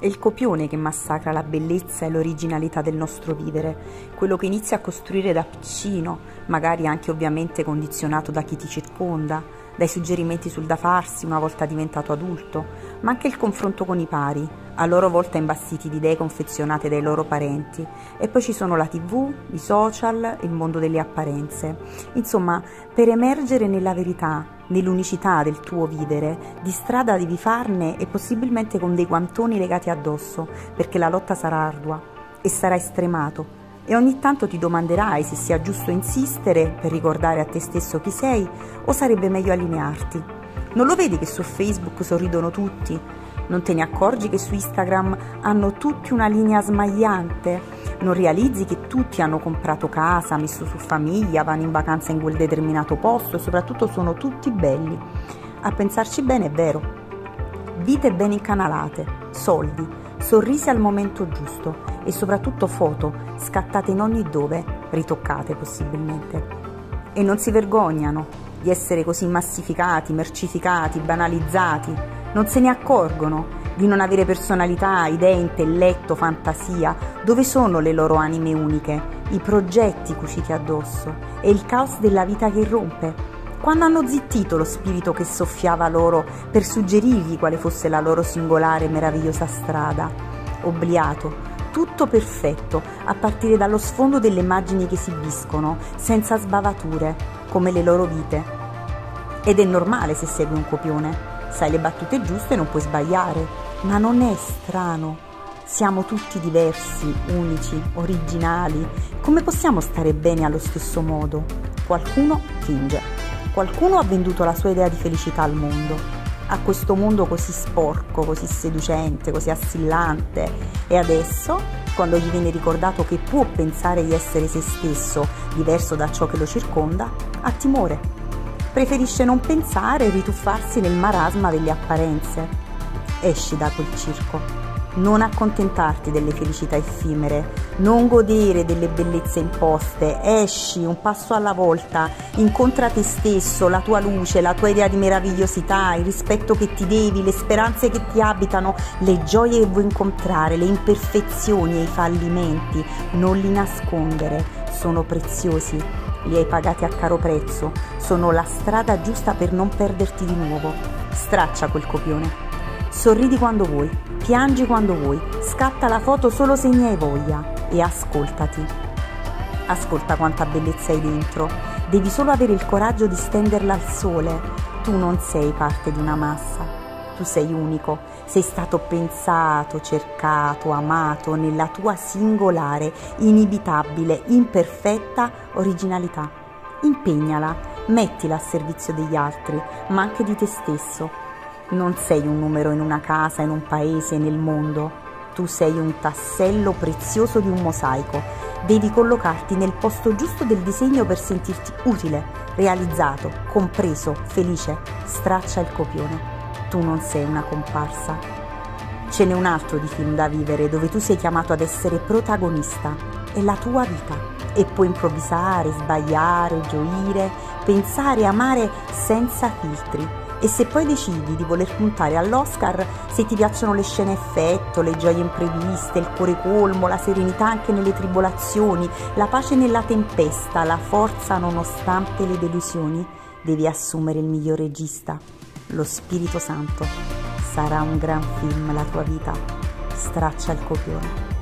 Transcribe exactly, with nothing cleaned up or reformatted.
È il copione che massacra la bellezza e l'originalità del nostro vivere, quello che inizia a costruire da piccino, magari anche ovviamente condizionato da chi ti circonda, dai suggerimenti sul da farsi una volta diventato adulto, ma anche il confronto con i pari, a loro volta imbastiti di idee confezionate dai loro parenti. E poi ci sono la tivù, i social, il mondo delle apparenze. Insomma, per emergere nella verità, nell'unicità del tuo vivere, di strada devi farne e possibilmente con dei guantoni legati addosso, perché la lotta sarà ardua e sarai stremato. E ogni tanto ti domanderai se sia giusto insistere per ricordare a te stesso chi sei o sarebbe meglio allinearti. Non lo vedi che su Facebook sorridono tutti? Non te ne accorgi che su Instagram hanno tutti una linea smagliante? Non realizzi che tutti hanno comprato casa, messo su famiglia, vanno in vacanza in quel determinato posto e soprattutto sono tutti belli? A pensarci bene è vero. Vite ben incanalate, soldi, sorrisi al momento giusto e soprattutto foto scattate in ogni dove, ritoccate possibilmente. E non si vergognano di essere così massificati, mercificati, banalizzati. Non se ne accorgono di non avere personalità, idee, intelletto, fantasia. Dove sono le loro anime uniche, i progetti cuciti addosso e il caos della vita che irrompe? Quando hanno zittito lo spirito che soffiava loro per suggerirgli quale fosse la loro singolare e meravigliosa strada? Obliato, tutto perfetto, a partire dallo sfondo delle immagini che si esibiscono, senza sbavature, come le loro vite. Ed è normale se segui un copione. Sai le battute giuste e non puoi sbagliare, ma non è strano. Siamo tutti diversi, unici, originali. Come possiamo stare bene allo stesso modo? Qualcuno finge, qualcuno ha venduto la sua idea di felicità al mondo, a questo mondo così sporco, così seducente, così assillante. E adesso, quando gli viene ricordato che può pensare di essere se stesso, diverso da ciò che lo circonda, ha timore. Preferisce non pensare e rituffarsi nel marasma delle apparenze. Esci da quel circo. Non accontentarti delle felicità effimere, non godere delle bellezze imposte. Esci un passo alla volta, incontra te stesso, la tua luce, la tua idea di meravigliosità, il rispetto che ti devi, le speranze che ti abitano, le gioie che vuoi incontrare, le imperfezioni e i fallimenti. Non li nascondere, sono preziosi. Li hai pagati a caro prezzo, sono la strada giusta per non perderti di nuovo. Straccia quel copione. Sorridi quando vuoi, piangi quando vuoi, scatta la foto solo se ne hai voglia e ascoltati. Ascolta quanta bellezza hai dentro. Devi solo avere il coraggio di stenderla al sole. Tu non sei parte di una massa. Tu sei unico, sei stato pensato, cercato, amato nella tua singolare, inibitabile, imperfetta originalità. Impegnala, mettila a servizio degli altri, ma anche di te stesso. Non sei un numero in una casa, in un paese, nel mondo. Tu sei un tassello prezioso di un mosaico. Devi collocarti nel posto giusto del disegno per sentirti utile, realizzato, compreso, felice. Straccia il copione. Tu non sei una comparsa. Ce n'è un altro di film da vivere dove tu sei chiamato ad essere protagonista. È la tua vita e puoi improvvisare, sbagliare, gioire, pensare, amare senza filtri. E se poi decidi di voler puntare all'Oscar, se ti piacciono le scene effetto, le gioie impreviste, il cuore colmo, la serenità anche nelle tribolazioni, la pace nella tempesta, la forza nonostante le delusioni, devi assumere il miglior regista. Lo Spirito Santo. Sarà un gran film la tua vita. Straccia il copione.